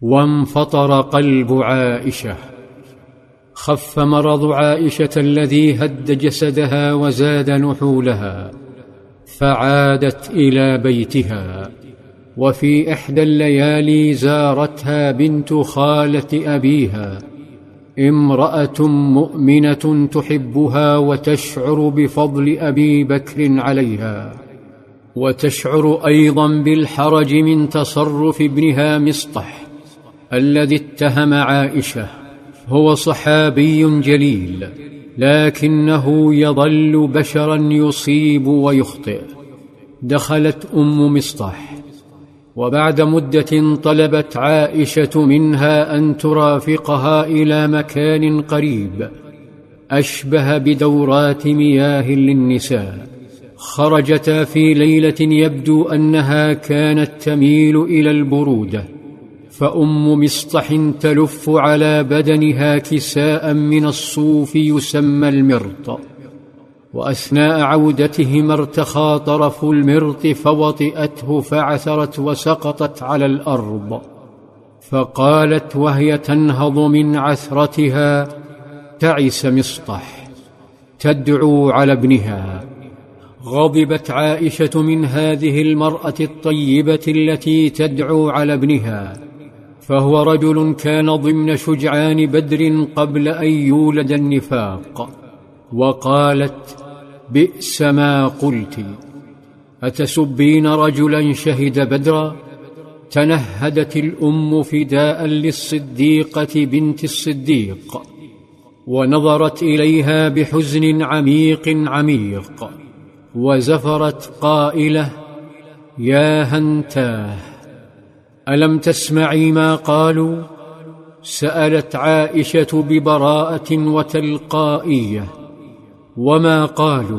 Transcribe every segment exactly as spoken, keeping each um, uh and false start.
وانفطر قلب عائشة. خف مرض عائشة الذي هد جسدها وزاد نحولها، فعادت إلى بيتها. وفي إحدى الليالي زارتها بنت خالة أبيها، امرأة مؤمنة تحبها وتشعر بفضل أبي بكر عليها، وتشعر أيضا بالحرج من تصرف ابنها مصطح الذي اتهم عائشة. هو صحابي جليل، لكنه يظل بشرا يصيب ويخطئ. دخلت أم مصطح، وبعد مدة طلبت عائشة منها أن ترافقها إلى مكان قريب أشبه بدورات مياه للنساء. خرجتا في ليلة يبدو أنها كانت تميل إلى البرودة، فأم مصطح تلف على بدنها كساء من الصوف يسمى المرط، وأثناء عودتهما ارتخى طرف المرط فوطئته فعثرت وسقطت على الأرض. فقالت وهي تنهض من عثرتها: تعس مصطح، تدعو على ابنها. غضبت عائشة من هذه المرأة الطيبة التي تدعو على ابنها، فهو رجل كان ضمن شجعان بدر قبل أن يولد النفاق. وقالت: بئس ما قلت، أتسبين رجلا شهد بدرا؟ تنهدت الأم فداء للصديقة بنت الصديق، ونظرت إليها بحزن عميق عميق، وزفرت قائلة: يا هنتاه، ألم تسمعي ما قالوا؟ سألت عائشة ببراءة وتلقائية: وما قالوا؟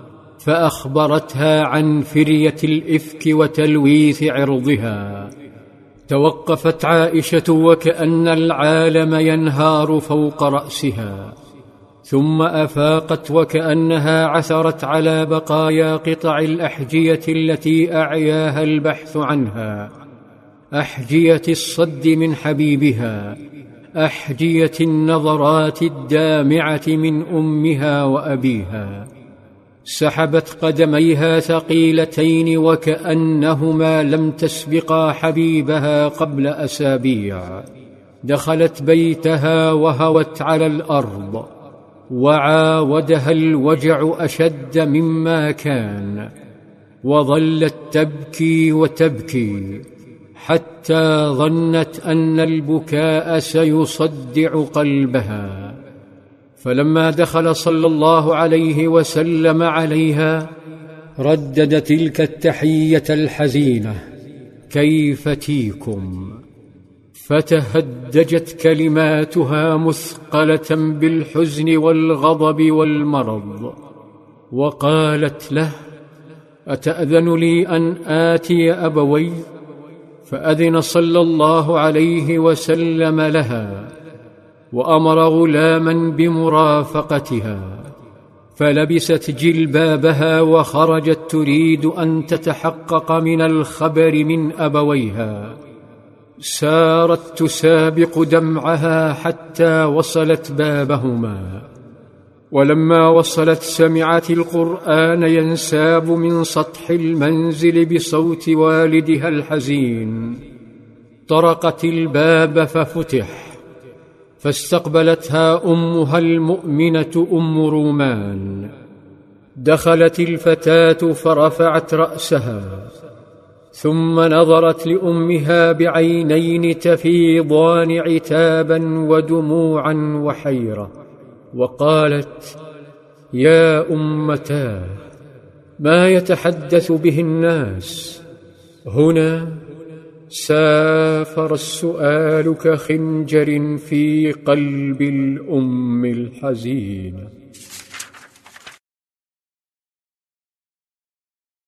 فأخبرتها عن فرية الإفك وتلويث عرضها. توقفت عائشة وكأن العالم ينهار فوق رأسها، ثم أفاقت وكأنها عثرت على بقايا قطع الأحجية التي أعياها البحث عنها، أحجية الصد من حبيبها، أحجية النظرات الدامعة من أمها وأبيها. سحبت قدميها ثقيلتين وكأنهما لم تسبقا حبيبها قبل أسابيع. دخلت بيتها وهوت على الأرض، وعاودها الوجع أشد مما كان، وظلت تبكي وتبكي حتى ظنت أن البكاء سيصدع قلبها. فلما دخل صلى الله عليه وسلم عليها ردد تلك التحية الحزينة: كيف تيكم؟ فتهدجت كلماتها مثقلة بالحزن والغضب والمرض، وقالت له: أتأذن لي أن آتي أبوي؟ فأذن صلى الله عليه وسلم لها، وأمر غلاما بمرافقتها، فلبست جلبابها وخرجت تريد أن تتحقق من الخبر من أبويها. سارت تسابق دمعها حتى وصلت بابهما، ولما وصلت سمعت القرآن ينساب من سطح المنزل بصوت والدها الحزين. طرقت الباب ففتح، فاستقبلتها أمها المؤمنة أم رومان. دخلت الفتاة فرفعت رأسها، ثم نظرت لأمها بعينين تفيضان عتابا ودموعا وحيرة، وقالت: يا أمتاه، ما يتحدث به الناس؟ هنا سافر السؤال كخنجر في قلب الأم الحزينة.